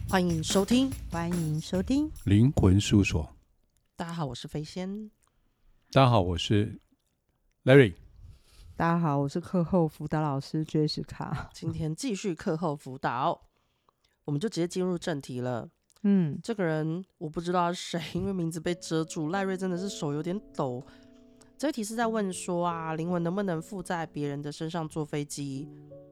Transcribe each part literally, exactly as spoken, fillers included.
欢迎收听， 欢迎收听灵魂事务所。 大家好，我是飞仙。 大家好，我是 Larry。 大家好，我是课后辅导老师 Jessica。 今天继续课后辅导，我们就直接进入正题了。 嗯， 这个人我不知道他是谁，因为名字被遮住。赖瑞真的是手有点抖。这一题是在问说啊，灵魂能不能附在别人的身上坐飞机？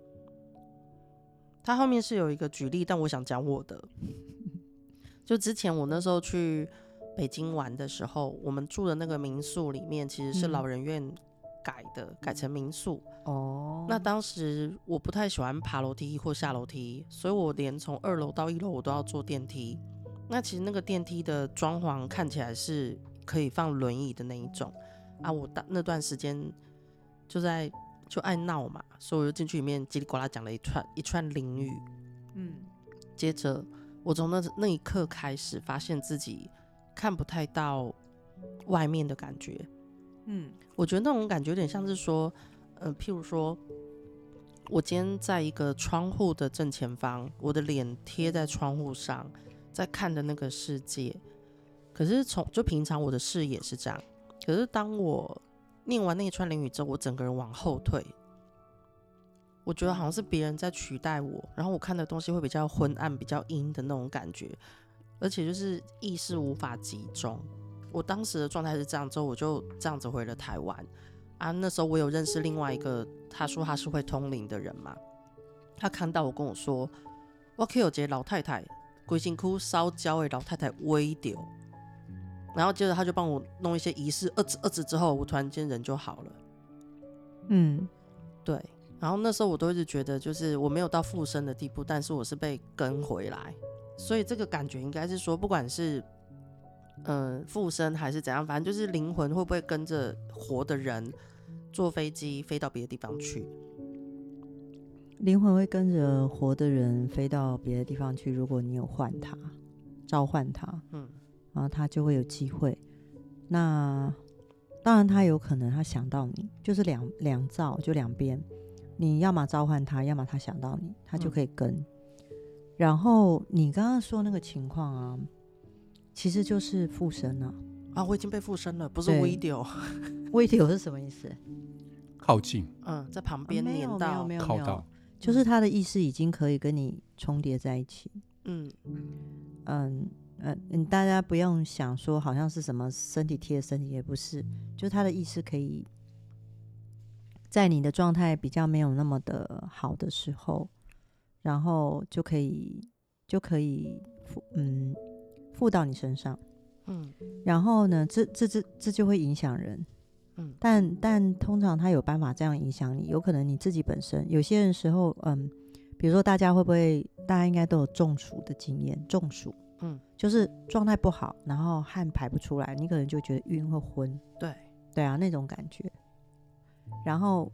他后面是有一个举例，但我想讲我的。就之前我那时候去北京玩的时候，我们住的那个民宿里面其实是老人院改的，嗯、改成民宿。 哦， 那当时我不太喜欢爬楼梯或下楼梯，所以我连从二楼到一楼我都要坐电梯。那其实那个电梯的装潢看起来是可以放轮椅的那一种啊。我那段时间就在就爱闹嘛，所以我就进去里面叽里呱啦讲了一串一串灵语。嗯，接着我从 那, 那一刻开始发现自己看不太到外面的感觉。嗯，我觉得那种感觉有点像是说，呃，譬如说，我今天在一个窗户的正前方，我的脸贴在窗户上，在看的那个世界。可是从就平常我的视野是这样，可是当我念完那一串灵语之后，我整个人往后退，我觉得好像是别人在取代我，然后我看的东西会比较昏暗、比较阴的那种感觉，而且就是意识无法集中。我当时的状态是这样，之后我就这样子回了台湾啊。那时候我有认识另外一个，他说他是会通灵的人嘛，他看到我跟我说，我去有一个老太太，规身躯烧焦的老太太微掉，然后接着他就帮我弄一些仪式，二指二指之后，我突然间人就好了。嗯，对。然后那时候我都一直觉得，就是我没有到附身的地步，但是我是被跟回来，所以这个感觉应该是说，不管是呃附身还是怎样，反正就是灵魂会不会跟着活的人坐飞机飞到别的地方去？ 灵魂会跟着活的人飞到别的地方去，如果你有唤他、召唤他，嗯，然后他就会有机会。那当然，他有可能他想到你，就是两两造，就两边。你要么召唤他，要么他想到你，他就可以跟。嗯、然后你刚刚说那个情况啊，其实就是附身啊。 啊，我已经被附身了，不是 video。video 是什么意思？ 靠近。 嗯，在旁边黏到， 啊、没有没有没有靠到， 就是他的意识已经可以跟你重叠在一起。嗯嗯嗯，大家不用想说好像是什么身体贴身体，也不是，就是他的意识可以。在你的状态比较没有那么的好的时候，然后就可以就可以附嗯附到你身上，嗯，然后呢，这这这这就会影响人，嗯，但但通常他有办法这样影响你，有可能你自己本身有些人时候，嗯，比如说大家会不会，大家应该都有中暑的经验，中暑，嗯，就是状态不好，然后汗排不出来，你可能就觉得晕或昏， 对对啊，那种感觉。然后，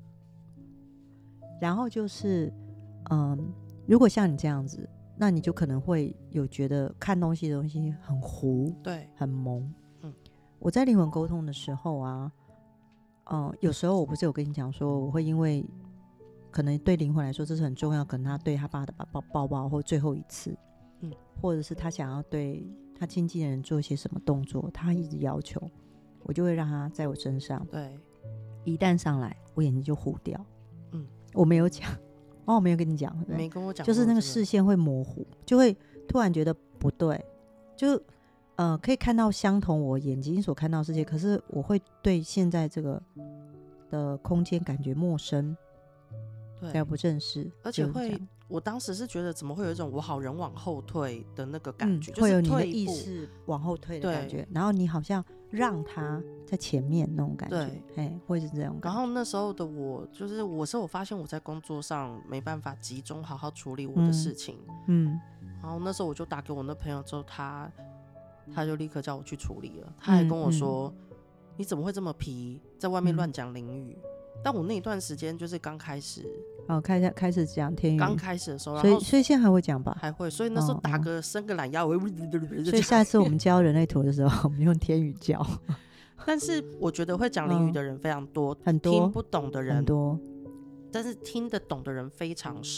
然后就是，嗯，如果像你这样子，那你就可能会有觉得看东西的东西很糊， 对， 很蒙。 嗯， 我在灵魂沟通的时候啊，嗯，有时候我不是有跟你讲说，我会因为可能对灵魂来说这是很重要，可能他对他爸的抱抱抱或最后一次，嗯，或者是他想要对他亲近的人做一些什么动作，他一直要求，我就会让他在我身上， 对。 一旦上来，我眼睛就糊掉。嗯，我没有讲，哦，我没有跟你讲， 没跟我讲， 就是那个视线会模糊，就会突然觉得不对，就呃可以看到相同我眼睛所看到的世界，可是我会对现在这个的空间感觉陌生，对，不正视， 而且会，我当时是觉得怎么会有一种我好人往后退的那个感觉， 嗯、 就是会有你的意识往后退的感觉，然后你好像让他在前面那种感觉，对，会是这种感觉。 然后那时候的我，就是我是我发现我在工作上没办法集中好好处理我的事情，嗯，嗯然后那时候我就打给我那朋友之后，他他就立刻叫我去处理了，他还跟我说，嗯嗯、你怎么会这么皮，在外面乱讲灵语？嗯但我那一段时间就是刚开始， 哦，开始开始讲天语， 刚开始的时候， 所以所以现在还会讲吧？ 还会，所以那时候打个、哦、伸个懒腰，我会， 所以下次我们教人类图的时候，我们用天语教。 但是我觉得会讲灵语的人非常多， 很多， 听不懂的人很多， 但是听得懂的人非常少。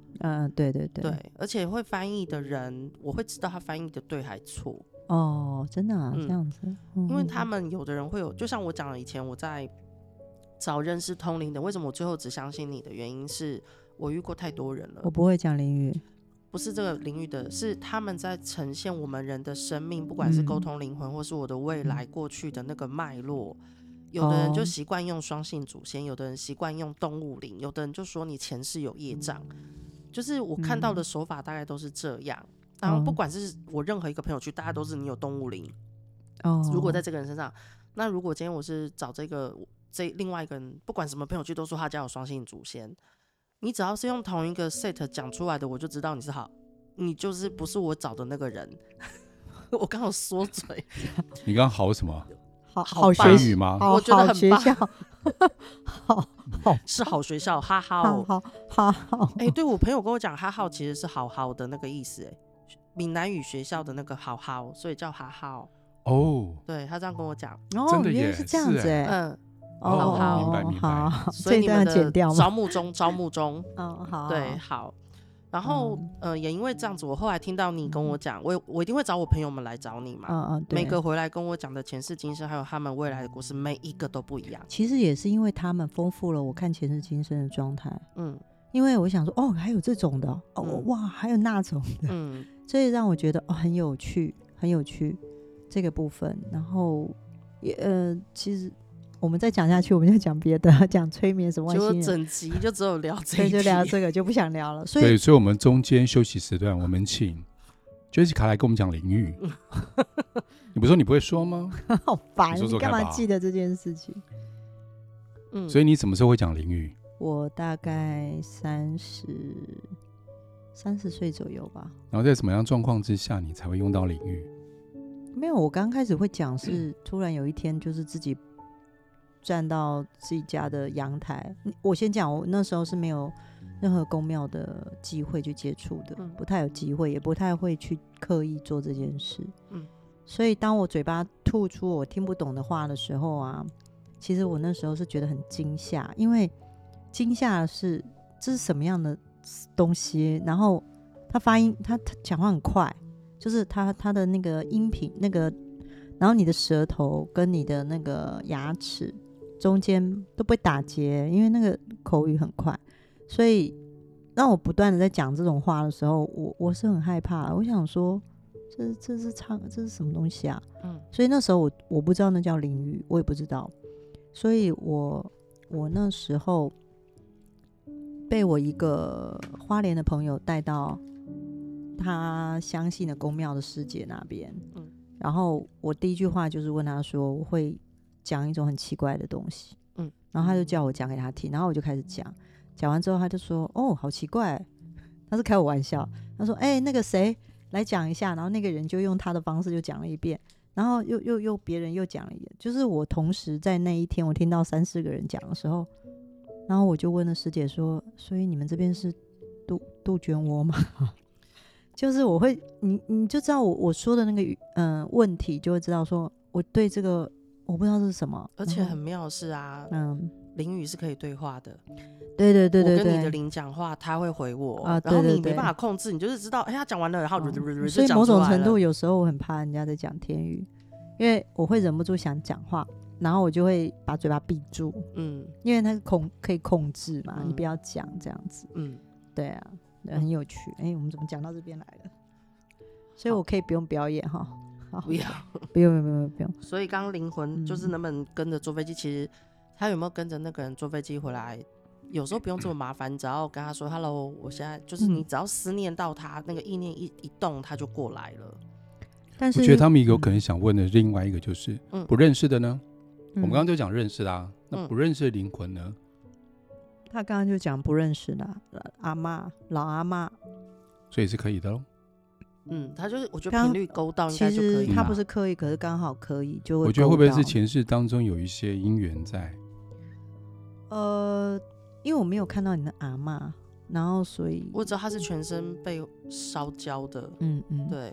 嗯、呃，对对对对，而且会翻译的人，我会知道他翻译的对还错。 哦，真的啊， 嗯、 这样子，嗯、 因为他们有的人会有，就像我讲了，以前我在找认识通灵的，为什么我最后只相信你的原因是我遇过太多人了。 我不会讲灵语， 不是这个领域的，是他们在呈现我们人的生命，不管是沟通灵魂，或是我的未来、过去的那个脉络。有的人就习惯用双性祖先，有的人习惯用动物灵，有的人就说你前世有业障。就是我看到的手法大概都是这样。然后不管是我任何一个朋友去，大家都是你有动物灵。哦，如果在这个人身上，那如果今天我是找这个这另外一个人，不管什么朋友去，都说他家有双性祖先。你只要是用同一个 set 讲出来的，我就知道你是好，你就是不是我找的那个人。我刚好说嘴， 你刚刚好什么？ 好好学语吗？ 我觉得很棒， 好好是好学校，哈哈， 好好好。 哎、欸，对我朋友跟我讲，哈好其实是好好的那个意思，哎，闽南语学校的那个好好，所以叫哈好。 哦， 对他这样跟我讲， 哦， 真的耶， 是这样子哎， 嗯。 哦， 好好， 明白明白。 所以你们的招募中，招募中， 哦，好， 对，好。然后，嗯、呃，也因为这样子，我后来听到你跟我讲，我我一定会找我朋友们来找你嘛。 嗯嗯， 每个回来跟我讲的前世今生，还有他们未来的故事，每一个都不一样。 其实也是因为他们丰富了我看前世今生的状态。 嗯， 因为我想说，哦，还有这种的，哦，嗯、哇，还有那种的，嗯，所以让我觉得哦很有趣，很有趣这个部分。然后也呃，其实。我们再讲下去，我们就讲别的，讲催眠什么外星人， 就整集就只有聊这一集， 对，就聊这个，就不想聊了。所以， 对，所以我们中间休息时段，我们请 Jessica 来跟我们讲灵语。你不是说你不会说吗？ 好烦， 你, 说说你干嘛记得这件事情？ 嗯，所以你什么时候会讲灵语？ 我大概三十三十岁左右吧。 然后在什么样状况之下，你才会用到灵语？ 没有，我刚开始会讲是突然有一天，就是自己。站到自己家的阳台，我先讲，我那时候是没有任何宫庙的机会去接触的、嗯，不太有机会，也不太会去刻意做这件事。嗯，所以当我嘴巴吐出我听不懂的话的时候啊，其实我那时候是觉得很惊吓，因为惊吓的是这是什么样的东西，然后他发音，他他讲话很快，就是他他的那个音频那个，然后你的舌头跟你的那个牙齿。中间都不会打结，因为那个口语很快，所以让我不断的在讲这种话的时候，我我是很害怕。我想说，这这是唱这是什么东西啊？嗯，所以那时候我我不知道那叫灵语，我也不知道，所以我我那时候被我一个花莲的朋友带到他相信的宫庙的师姐那边，嗯，然后我第一句话就是问他说，我会。讲一种很奇怪的东西，嗯，然后他就叫我讲给他听，然后我就开始讲，讲完之后他就说，哦，好奇怪，他是开我玩笑，他说，哎、欸，那个谁来讲一下，然后那个人就用他的方式就讲了一遍，然后又又又别人又讲了一遍，就是我同时在那一天我听到三四个人讲的时候，然后我就问了师姐说，所以你们这边是杜杜鹃窝吗？就是我会，你你就知道我我说的那个嗯、呃、问题，就会知道说我对这个。我不知道这是什么， 而且很妙的是啊，嗯，灵语是可以对话的， 对对对对对， 我跟你的灵讲话，他会回我啊， 然后你没办法控制，你就是知道，哎、欸，他讲完了，然后、 哦、所以某种程度有时候我很怕人家在讲天语，因为我会忍不住想讲话，然后我就会把嘴巴闭住，嗯，因为它控可以控制嘛，嗯、你不要讲这样子，嗯，对啊，很有趣，哎、欸，我们怎么讲到这边来了？所以我可以不用表演哈。 不要， 不用，不用，不用。 所以刚刚灵魂就是能不能跟着坐飞机、嗯？其实他有没有跟着那个人坐飞机回来？有时候不用这么麻烦，你只要跟他说 “hello”， 我现在就是你只要思念到他，嗯、那个意念一一动，他就过来了。 但是我觉得他们有可能想问的另外一个就是，嗯、不认识的呢？嗯、我们刚刚就讲认识啦、啊，那不认识的灵魂呢？ 他刚刚就讲不认识的阿嬷，老阿嬷， 所以是可以的咯。 嗯，他就是我觉得频率勾到应该就可以。 其实他不是刻意，可是刚好可以就会。 我觉得会不会是前世当中有一些因缘在？ 呃，因为我没有看到你的阿嬷，然后所以我知道他是全身被烧焦的。嗯嗯，对，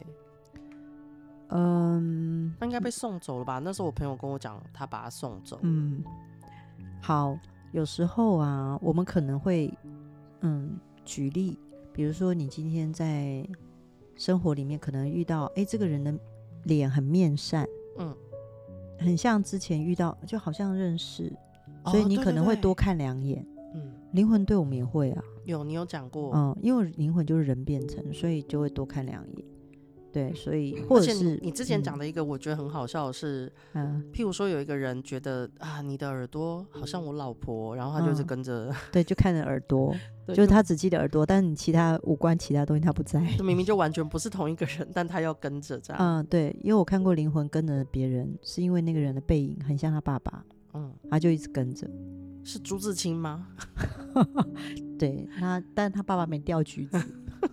嗯，那应该被送走了吧？那时候我朋友跟我讲，他把他送走。 嗯，好，有时候啊，我们可能会嗯举例。 比如说你今天在生活里面可能遇到，哎，这个人的脸很面善，嗯，很像之前遇到，就好像认识，哦、所以你可能会多看两眼。嗯，灵魂对我们也会啊。 有，你有讲过。 嗯，因为灵魂就是人变成，所以就会多看两眼。对，所以或者是你, 你之前讲的一个我觉得很好笑的是、嗯、譬如说有一个人觉得啊你的耳朵好像我老婆，然后他就是跟着、嗯、 对，就看着耳朵就是他只记得耳朵，但是你其他五官其他东西他不在， 明明就完全不是同一个人，但他要跟着这样。 嗯，对，因为我看过灵魂跟着别人，是因为那个人的背影很像他爸爸，嗯，他就一直跟着。 是朱自清吗？ 对，他但他爸爸没掉橘子。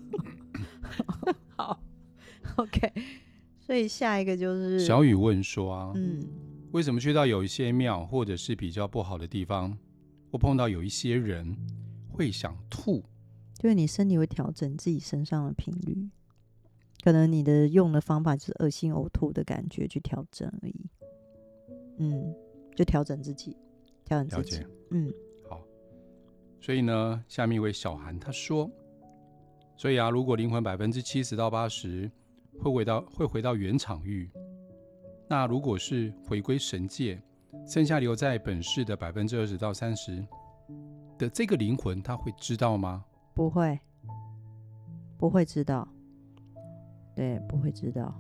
好 OK， 所以下一个就是小雨问说啊，嗯，为什么去到有一些庙或者是比较不好的地方，或碰到有一些人会想吐？ 就是你身体会调整自己身上的频率，可能你的用的方法就是恶心呕吐的感觉去调整而已。嗯，就调整自己，调整自己。了解。嗯， 好。所以呢，下面一位小韩他说，所以啊，如果灵魂百分之七十到八十。会回到会回到原场域，那如果是回归神界，剩下留在本世的百分之二十到三十的这个灵魂，他会知道吗？ 不会，不会知道，对，不会知道。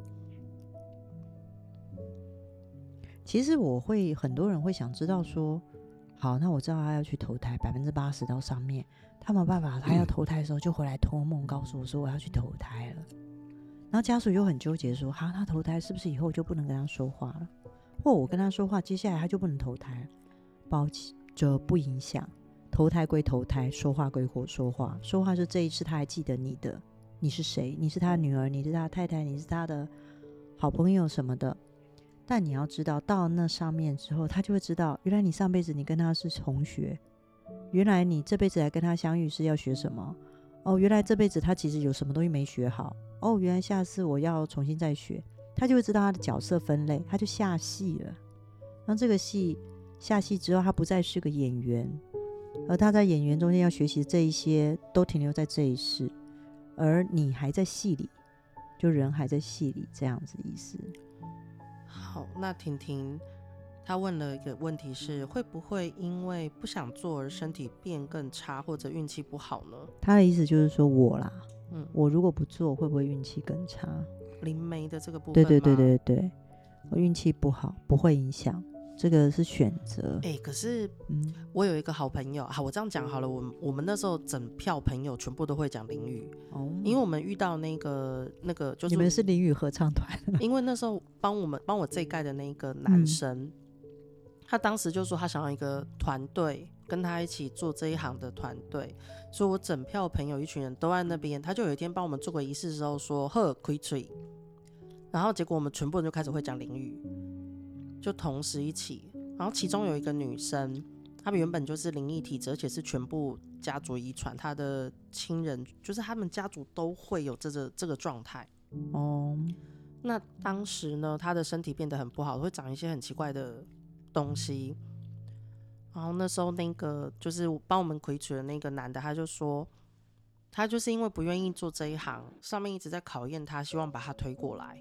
其实我会，很多人会想知道说，好，那我知道他要去投胎，百分之八十到上面，他没有办法，他要投胎的时候就回来托梦告诉我说我要去投胎了。然后家属又很纠结说，哈，他投胎是不是以后就不能跟他说话了？或我跟他说话，接下来他就不能投胎了？抱歉，这不影响，投胎归投胎，说话归说话。说话是这一次他还记得你的，你是谁？你是他的女儿，你是他的太太，你是他的好朋友什么的。但你要知道，到那上面之后，他就会知道，原来你上辈子你跟他是同学，原来你这辈子来跟他相遇是要学什么。哦，原来这辈子他其实有什么东西没学好。哦，原来下次我要重新再学，他就会知道他的角色分类，他就下戏了。那这个戏下戏之后，他不再是个演员，而他在演员中间要学习这一些都停留在这一世，而你还在戏里，就人还在戏里，这样子的意思。 好，那婷婷他问了一个问题是，会不会因为不想做而身体变更差，或者运气不好呢？ 他的意思就是说我啦，嗯，我如果不做，会不会运气更差？ 灵媒的这个部分， 对对对对对，我运气不好不会影响，这个是选择。 哎、欸，可是，嗯，我有一个好朋友，好，我这样讲好了，我们我们那时候整票朋友全部都会讲灵语，哦，因为我们遇到那个那个就是你们是灵语合唱团， 因为那时候帮我们帮我这一届的那个男生。嗯，他当时就说他想要一个团队跟他一起做这一行的团队，所以我整票朋友一群人都在那边。他就有一天帮我们做个仪式的时候说呵开嘴，然后结果我们全部人就开始会讲灵语，就同时一起。然后其中有一个女生，她们原本就是灵异体质，而且是全部家族遗传，她的亲人就是他们家族都会有这个这个状态。哦，那当时呢，她的身体变得很不好，会长一些很奇怪的东西。然后那时候那个就是帮我们回取的那个男的，他就说他就是因为不愿意做这一行，上面一直在考验他，希望把他推过来。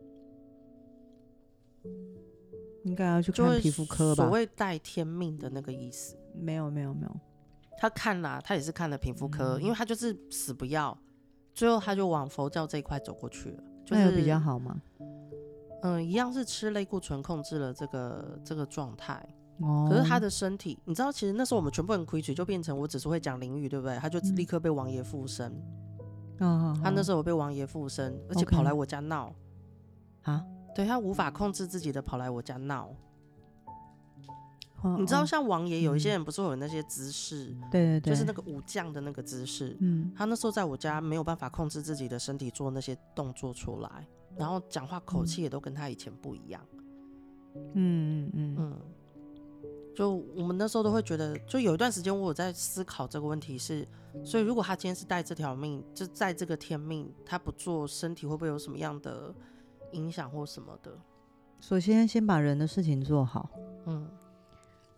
应该要去看皮肤科吧， 所谓带天命的那个意思。 没有没有没有， 他看啦，他也是看了皮肤科，嗯，因为他就是死不要，最后他就往佛教这一块走过去了。就是， 那有比较好吗？ 嗯，一样是吃类固醇控制了这个这个状态。哦，可是他的身体，你知道，其实那时候我们全部人亏嘴，就变成我只是会讲灵语，对不对？他就立刻被王爷附身。嗯，他那时候有被王爷附身，而且跑来我家闹。啊？对，他无法控制自己的跑来我家闹。哦，你知道像王爷有一些人不是会有那些姿势，嗯，对对对，就是那个武将的那个姿势。嗯，他那时候在我家没有办法控制自己的身体做那些动作出来，然后讲话口气也都跟他以前不一样。嗯嗯嗯嗯，就我们那时候都会觉得，就有一段时间我有在思考这个问题是，所以如果他今天是带这条命，就在这个天命，他不做，身体会不会有什么样的影响或什么的？ 首先先把人的事情做好。嗯，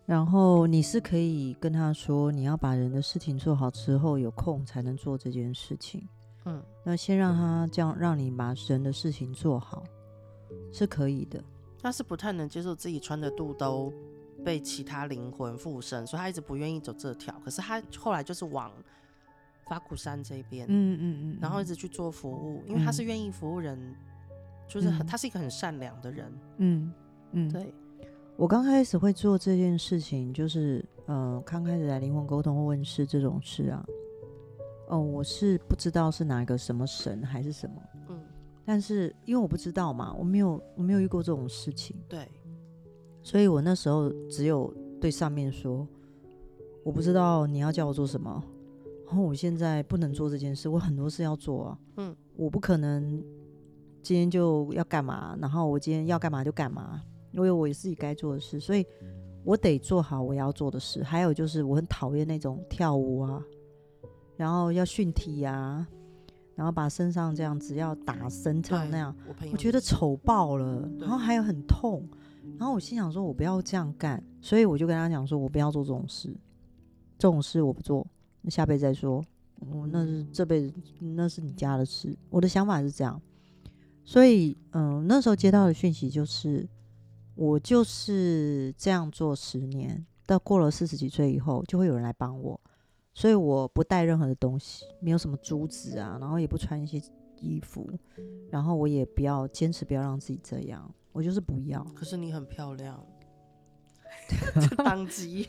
然后你是可以跟他说，你要把人的事情做好之后，有空才能做这件事情。嗯，那先让他这样，让你把人的事情做好，是可以的。 他是不太能接受自己穿的肚兜被其他灵魂附身，所以他一直不愿意走这条。可是他后来就是往法鼓山这边，嗯嗯嗯，然后一直去做服务，因为他是愿意服务人，嗯、就是很、嗯、他是一个很善良的人。嗯嗯， 对。 我刚开始会做这件事情，就是呃，刚开始来灵魂沟通或问世这种事啊，哦、呃，我是不知道是哪一个什么神还是什么，嗯，但是因为我不知道嘛，我没有我没有遇过这种事情， 对， 所以我那时候只有对上面说，我不知道你要叫我做什么，然后我现在不能做这件事，我很多事要做啊，嗯，我不可能今天就要干嘛，然后我今天要干嘛就干嘛。因为我自己该做的事，所以我得做好我要做的事。还有就是我很讨厌那种跳舞啊，然后要训体啊，然后把身上这样子要打身唱那样， 我, 我觉得丑爆了，然后还有很痛，然后我心想说我不要这样干，所以我就跟他讲说我不要做这种事，这种事我不做，那下辈子再说，我那是这辈子那是你家的事，我的想法是这样。所以嗯，那时候接到的讯息就是我就是这样做十年，到过了四十几岁以后，就会有人来帮我，所以我不带任何的东西，没有什么珠子啊，然后也不穿一些衣服，然后我也不要坚持不要让自己这样，我就是不要。 可是你很漂亮，当机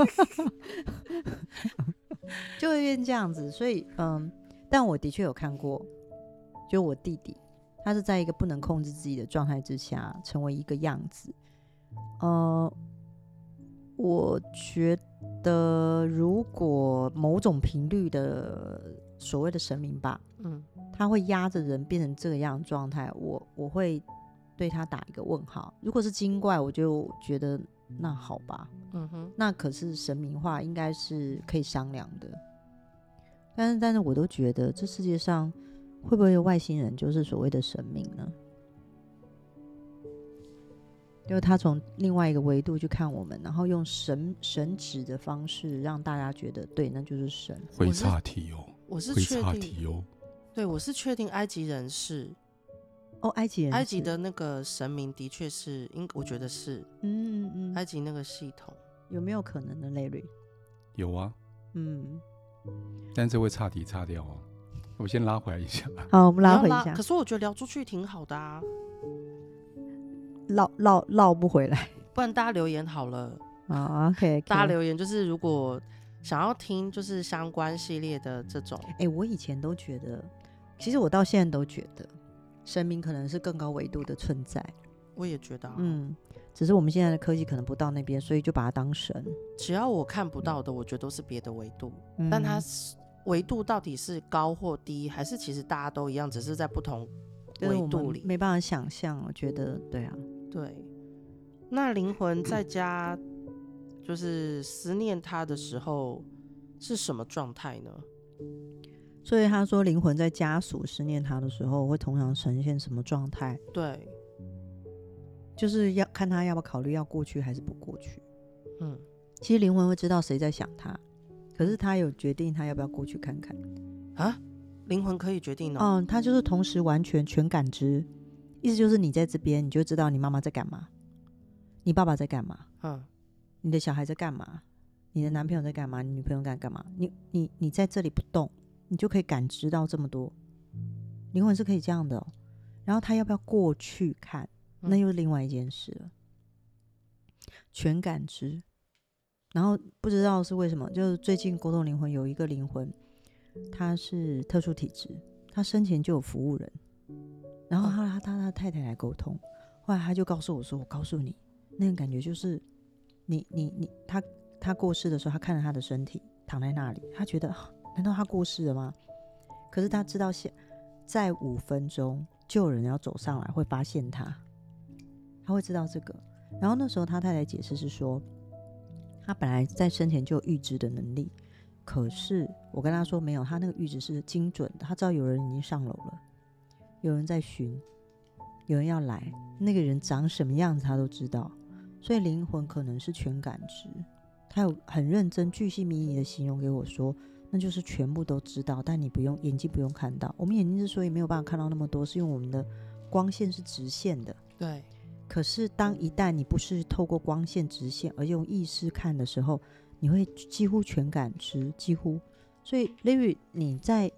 就会变这样子，所以嗯，但我的确有看过，就我弟弟。他是在一个不能控制自己的状态之下成为一个样子，呃，我觉得如果某种频率的所谓的神明吧，嗯，他会压着人变成这个样的状态，我我会对他打一个问号。如果是精怪，我就觉得那好吧，嗯哼，那可是神明化应该是可以商量的，但是但是我都觉得这世界上。会不会有外星人就是所谓的神明呢？就是他从另外一个维度去看我们，然后用神神旨的方式让大家觉得对，那就是神。 会岔题哦， 我是确定，会岔题哦。对，我是确定埃及人是哦，埃及人， 埃及的那个神明的确是，应我觉得是，嗯嗯嗯，埃及那个系统有没有可能的Larry？ 有啊，嗯，但这会岔题岔掉哦。我先拉回来一下。 好，我们拉回一下。 可是我觉得聊出去挺好的啊， 绕绕绕不回来， 不然大家留言好了。 好 ，OK， 大家留言就是如果想要听就是相关系列的这种。 哎、欸，我以前都觉得，其实我到现在都觉得，神明可能是更高维度的存在。 我也觉得、啊， 嗯，只是我们现在的科技可能不到那边，所以就把它当神。 只要我看不到的，我觉得都是别的维度，嗯、但它是。维度到底是高或低，还是其实大家都一样，只是在不同维度里， 没办法想象。我觉得，对啊， 对。那灵魂在家就是思念他的时候是什么状态呢？ 所以他说，灵魂在家属思念他的时候，会通常呈现什么状态？ 对， 就是要看他要不要考虑要过去还是不过去。嗯，其实灵魂会知道谁在想他。可是他有决定他要不要过去看看啊？灵魂可以决定哦。 嗯，他就是同时完全全感知，意思就是你在这边，你就知道你妈妈在干嘛，你爸爸在干嘛，嗯，你的小孩在干嘛，你的男朋友在干嘛，你女朋友在干嘛，你你你在这里不动，你就可以感知到这么多。灵魂是可以这样的、哦，然后他要不要过去看，那又是另外一件事了。全感知。然后不知道是为什么，就是最近沟通灵魂有一个灵魂，他是特殊体质，他生前就有服务人，然后他他他他太太来沟通，后来他就告诉我说：“我告诉你，那个感觉就是你你你他他过世的时候，他看着他的身体躺在那里，他觉得难道他过世了吗？可是他知道下在五分钟就有人要走上来会发现他，他会知道这个。然后那时候他太太解释是说。”他本来在生前就有预知的能力，可是我跟他说没有，他那个预知是精准的，他知道有人已经上楼了，有人在巡，有人要来，那个人长什么样子他都知道， 所以灵魂可能是全感知。他有很认真巨细靡遗的形容给我说，那就是全部都知道，但你不用眼睛不用看到。我们眼睛之所以没有办法看到那么多，是因为我们的光线是直线的。 对。 可是当一旦你不是透过光线直线，而用意识看的时候，你会几乎全感知，几乎。所以 Larry 你在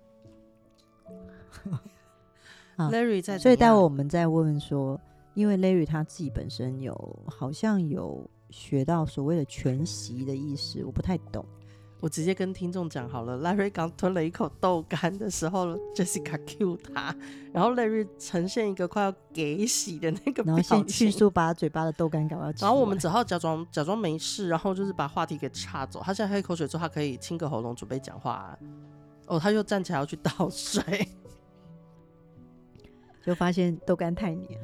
啊、Larry 在， 所以待会我们再问问说，因为 Larry 他自己本身有好像有学到所谓的全息的意识，我不太懂。 我直接跟听众讲好了 ，Larry 刚吞了一口豆干的时候 ，Jessica cue 他，然后 Larry 呈现一个快要给洗的那个表情， 然后先迅速把嘴巴的豆干赶快吃， 然后我们只好假装假装没事，然后就是把话题给岔走。他现在喝一口水之后，他可以清个喉咙准备讲话、啊。哦，他又站起来要去倒水， 就发现豆干太黏。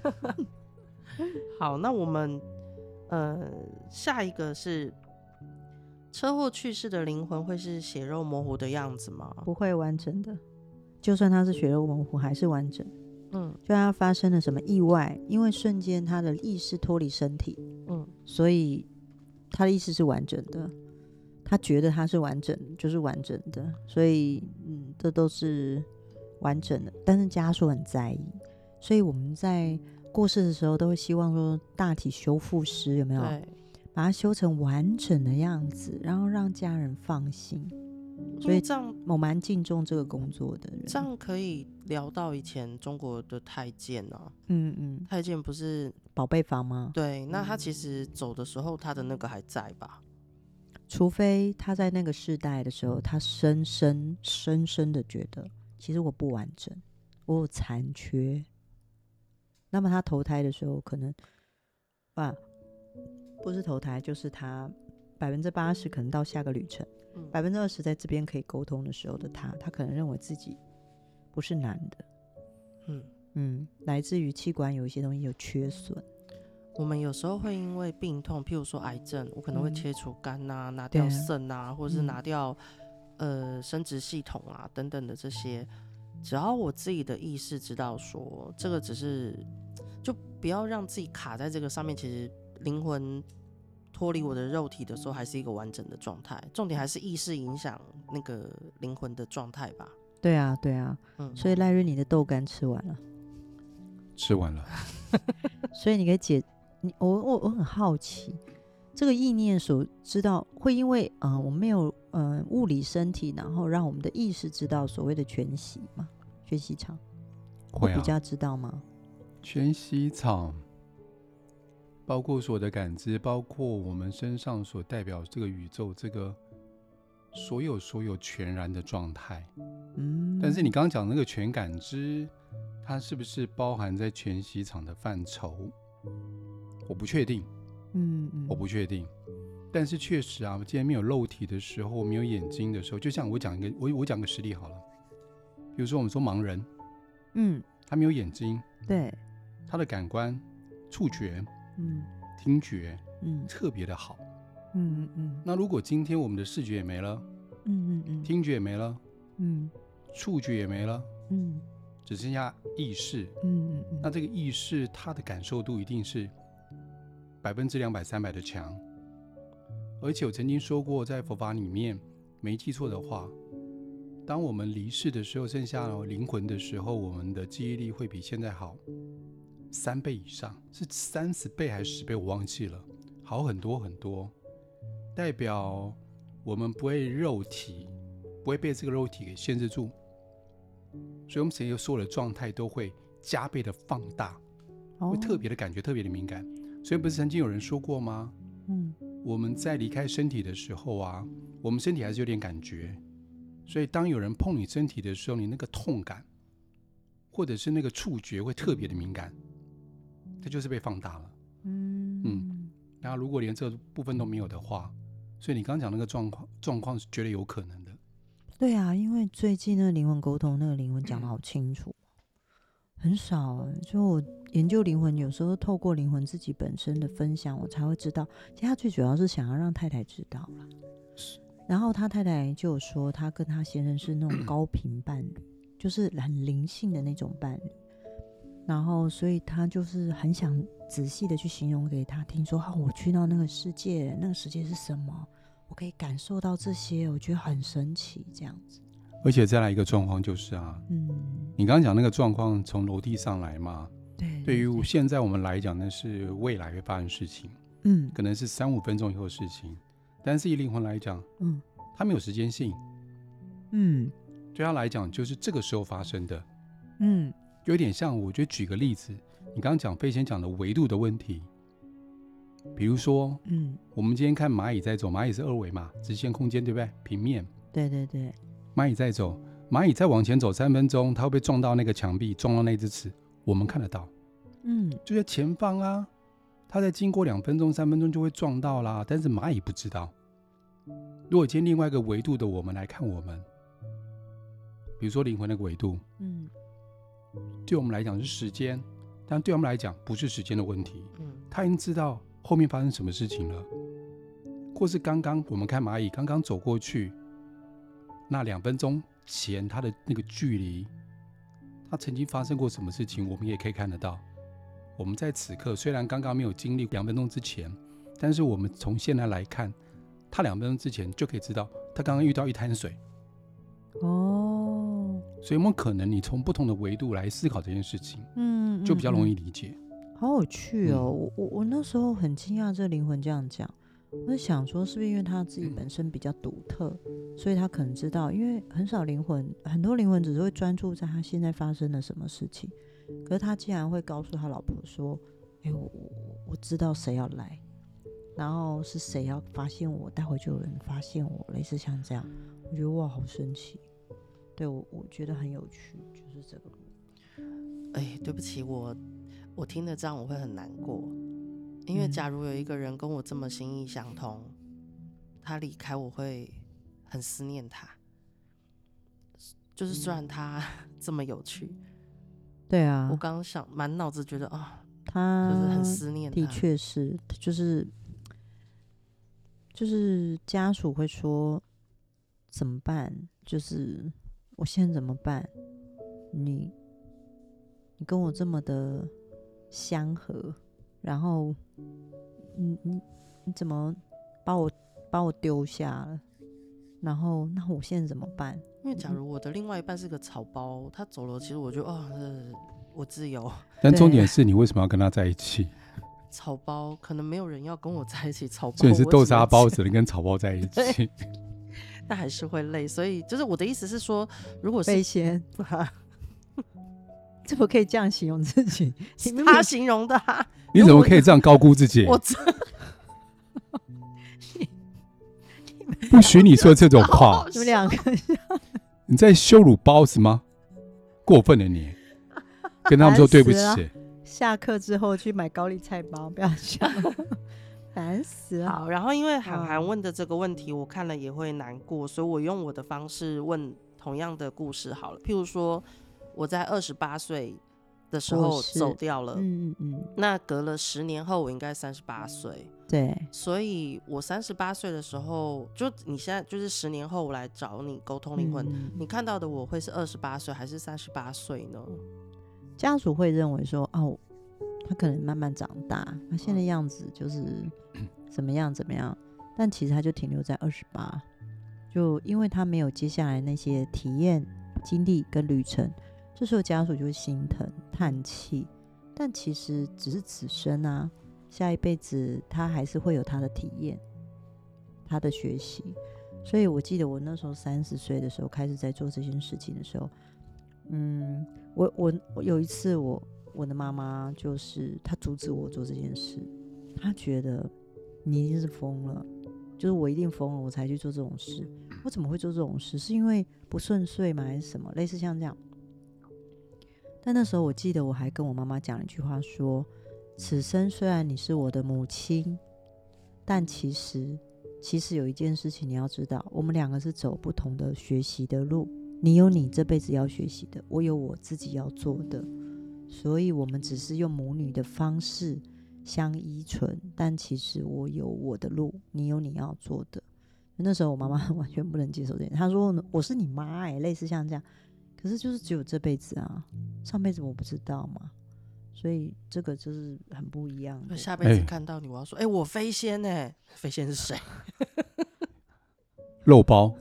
好，那我们呃下一个是。车祸去世的灵魂会是血肉模糊的样子吗？ 不会，完整的。就算他是血肉模糊，还是完整。 嗯， 就算他发生了什么意外，因为瞬间他的意识脱离身体，嗯，所以他的意识是完整的。他觉得他是完整，就是完整的。所以，嗯，这都是完整的。但是家属很在意，所以我们在过世的时候都会希望说大体修复师有没有？ 对。 把它修成完整的样子，然后让家人放心。所以这样我蛮敬重这个工作的人。 这样可以聊到以前中国的太监啊， 嗯嗯， 太监不是宝贝房吗？ 对，那他其实走的时候，他的那个还在吧？ 除非他在那个世代的时候，他深深深深的觉得，其实我不完整，我有残缺。那么他投胎的时候，可能啊。不是投胎，就是他百分之八十可能到下个旅程，百分之二十在这边可以沟通的时候的他，他可能认为自己不是男的，嗯嗯，来自于器官有一些东西有缺损。 我们有时候会因为病痛，譬如说癌症，我可能会切除肝啊，嗯、拿掉肾啊，或者是拿掉、嗯、呃生殖系统啊等等的这些。只要我自己的意识知道说，这个只是，就不要让自己卡在这个上面。其实灵魂脱离我的肉体的时候，还是一个完整的状态。重点还是意识影响那个灵魂的状态吧。 对啊，对啊，嗯。所以赖瑞，你的豆干吃完了？ 吃完了。 所以你可以解，你我我我很好奇，这个意念所知道，会因为呃我们没有呃物理身体，然后让我们的意识知道所谓的全息吗？全息场会比较知道吗？ 全息场。包括所有的感知，包括我们身上所代表这个宇宙，这个所有所有全然的状态。嗯，但是你刚刚讲那个全感知，它是不是包含在全息场的范畴？我不确定。嗯嗯，我不确定。但是确实啊，今天没有肉体的时候，没有眼睛的时候，就像我讲一个，我我讲个实例好了。比如说我们说盲人，嗯，他没有眼睛， 对， 他的感官、触觉。嗯，听觉，嗯，特别的好，嗯嗯嗯。那如果今天我们的视觉也没了，嗯嗯嗯，听觉也没了，嗯，触觉也没了，嗯，只剩下意识，嗯嗯嗯。那这个意识，它的感受度一定是百分之两百、三百的强。而且我曾经说过，在佛法里面，没记错的话，当我们离世的时候，剩下灵魂的时候，我们的记忆力会比现在好。三倍以上，是三十倍还是十倍，我忘记了，好很多很多，代表我们不会肉体，不会被这个肉体给限制住，所以我们整个所有的状态都会加倍的放大，会特别的感觉，特别的敏感。所以不是曾经有人说过吗？嗯，我们在离开身体的时候啊，我们身体还是有点感觉，所以当有人碰你身体的时候，你那个痛感，或者是那个触觉会特别的敏感。它就是被放大了，嗯嗯，然后如果连这部分都没有的话，所以你刚刚讲那个状况，状况是绝对有可能的。 对啊，因为最近那个灵魂沟通，那个灵魂讲得好清楚，很少、欸。就我研究灵魂，有时候透过灵魂自己本身的分享，我才会知道。其实他最主要是想要让太太知道了。然后他太太就有说，他跟他先生是那种高频伴侣，就是很灵性的那种伴侣。然后，所以他就是很想仔细的去形容给他听说，说、啊、我去到那个世界，那个世界是什么，我可以感受到这些，我觉得很神奇这样子。 而且再来一个状况就是啊，嗯，你刚刚讲那个状况从楼梯上来嘛， 对， 对于现在我们来讲，那是未来会发生的事情，嗯，可能是三五分钟以后的事情，但是以灵魂来讲，嗯，它没有时间性，嗯，对他来讲就是这个时候发生的，嗯，有点像，我觉得举个例子，你刚刚讲飞仙讲的维度的问题，比如说，嗯，我们今天看蚂蚁在走，蚂蚁是二维嘛，直线空间对不对？平面， 对对对， 蚂蚁在走，蚂蚁再往前走三分钟，它会不会撞到那个墙壁，撞到那只翅？我们看得到，嗯，就在前方啊，它在经过两分钟、三分钟就会撞到啦，但是蚂蚁不知道。如果今天另外一个维度的我们来看我们，比如说灵魂那个维度，嗯，对我们来讲是时间，但对我们来讲不是时间的问题，嗯，他已经知道后面发生什么事情了，或是刚刚我们看蚂蚁刚刚走过去，那两分钟前它的那个距离，它曾经发生过什么事情，我们也可以看得到。我们在此刻虽然刚刚没有经历两分钟之前，但是我们从现在来看，它两分钟之前就可以知道，它刚刚遇到一滩水。哦，所以我们可能你从不同的维度来思考这件事情，嗯，就比较容易理解。 好有趣哦！嗯、我我我那时候很惊讶，这灵魂这样讲。我在想说，是不是因为他自己本身比较独特，所以他可能知道，因为很少灵魂，很多灵魂只是会专注在他现在发生了什么事情。可是他竟然会告诉他老婆说：“哎、欸，我我我知道谁要来，然后是谁要发现我，待会就有人发现我，类似像这样。”我觉得哇，好神奇。对我，我觉得很有趣，就是这个。 哎，对不起，我我听了这样我会很难过，因为假如有一个人跟我这么心意相通，他离开我会很思念他。就是虽然他这么有趣， 对啊， 我刚刚想满脑子觉得啊， 他就是很思念他。 的确是，就是就是家属会说怎么办？就是我现在怎么办？你你跟我这么的相合，然后你你你怎么把我把我丢下了？然后那我现在怎么办？ 因为假如我的另外一半是个草包，他走了，其实我就哦，我自由。 但重点是你为什么要跟他在一起？ 草包可能没有人要跟我在一起，草包所以是豆沙包只能跟草包在一起。 但还是会累，所以就是我的意思是说，如果是飞仙，怎么可以这样形容自己？ 他形容的、啊， 你怎么可以这样高估自己？ 我不许你说这种话！ 你们两个， 你在羞辱包子吗？过分了你！跟他们说对不起。 下课之后去买高丽菜包，不要笑。烦死了。 好，然后因为涵涵问的这个问题，我看了也会难过，所以我用我的方式问同样的故事好了。譬如说，我在二十八岁的时候走掉了，嗯嗯，那隔了十年后，我应该三十八岁， 对， 所以我三十八岁的时候，就你现在就是十年后我来找你沟通灵魂，嗯、你看到的我会是二十八岁还是三十八岁呢？ 家属会认为说，哦。他可能慢慢长大，他现在样子就是怎么样怎么样，但其实他就停留在二十八，就因为他没有接下来那些体验、经历跟旅程，这时候家属就会心疼、叹气。但其实只是此生啊，下一辈子他还是会有他的体验、他的学习。所以我记得我那时候三十岁的时候开始在做这件事情的时候，嗯，我我我有一次我。我的妈妈就是她阻止我做这件事，她觉得你一定是疯了，就是我一定疯了，我才去做这种事。我怎么会做这种事？是因为不顺遂吗？还是什么？类似像这样。但那时候我记得我还跟我妈妈讲了一句话说，此生虽然你是我的母亲，但其实其实有一件事情你要知道，我们两个是走不同的学习的路，你有你这辈子要学习的，我有我自己要做的，所以我们只是用母女的方式相依存，但其实我有我的路，你有你要做的。那时候我妈妈完全不能接受这点，她说我是你妈哎、欸，类似像这样。可是就是只有这辈子啊，上辈子我不知道嘛， 所以这个就是很不一样的。 下辈子看到你，我要说，哎、欸，我飞仙哎、欸，飞仙是谁？ 肉包。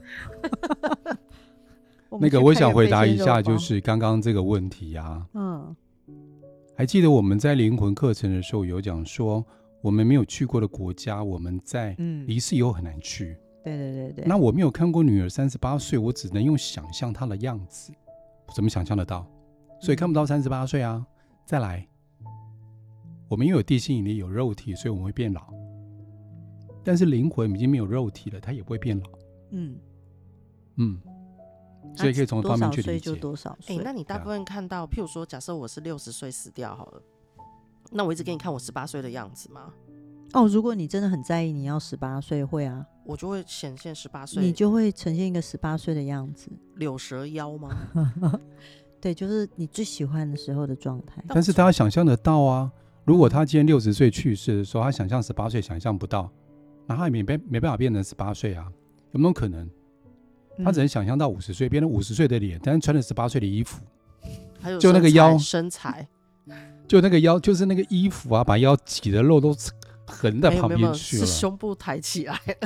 那个我想回答一下，就是刚刚这个问题啊。嗯，还记得我们在灵魂课程的时候有讲说，我们没有去过的国家，我们在离世以后很难去。 嗯、对对对对。 那我没有看过女儿三十八岁，我只能用想象她的样子，怎么想象得到？所以看不到三十八岁啊。再来，我们又有地心引力，有肉体，所以我们会变老。但是灵魂已经没有肉体了，它也不会变老。嗯嗯，所以可以从方面去理解。 多少岁就多少岁。 哎、欸，那你大部分看到，譬如说，假设我是六十岁死掉好了，那我一直给你看我十八岁的样子吗？ 哦，如果你真的很在意你要十八岁，会啊， 我就会显现十八岁， 你就会呈现一个十八岁的样子， 柳蛇腰吗？ 对，就是你最喜欢的时候的状态。 但是他想象得到啊，如果他今天六十岁去世的时候，他想象十八岁想象不到，那他也 没, 没办法变成十八岁啊，有没有可能？他只能想象到五十岁，变成五十岁的脸，但是穿了十八岁的衣服， 还有就那个腰身材， 就那个腰，就是那个衣服啊，把腰挤的肉都横在旁边去了，没有没有是胸部抬起来了。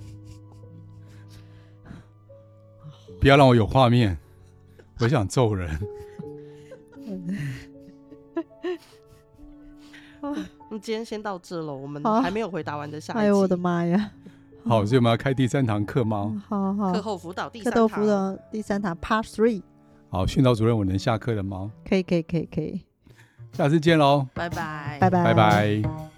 不要让我有画面，我想揍人。 那今天先到这了，我们还没有回答完的下一集。 哎呦我的妈呀！ 好，所以我们要开第三堂课吗？ 好好， 课后辅导第三堂， 课后辅导第三堂 Part Three。 好，训导主任，我能下课了吗？ 可以，可以，可以，可以。 下次见喽， 拜拜， 拜拜， 拜拜。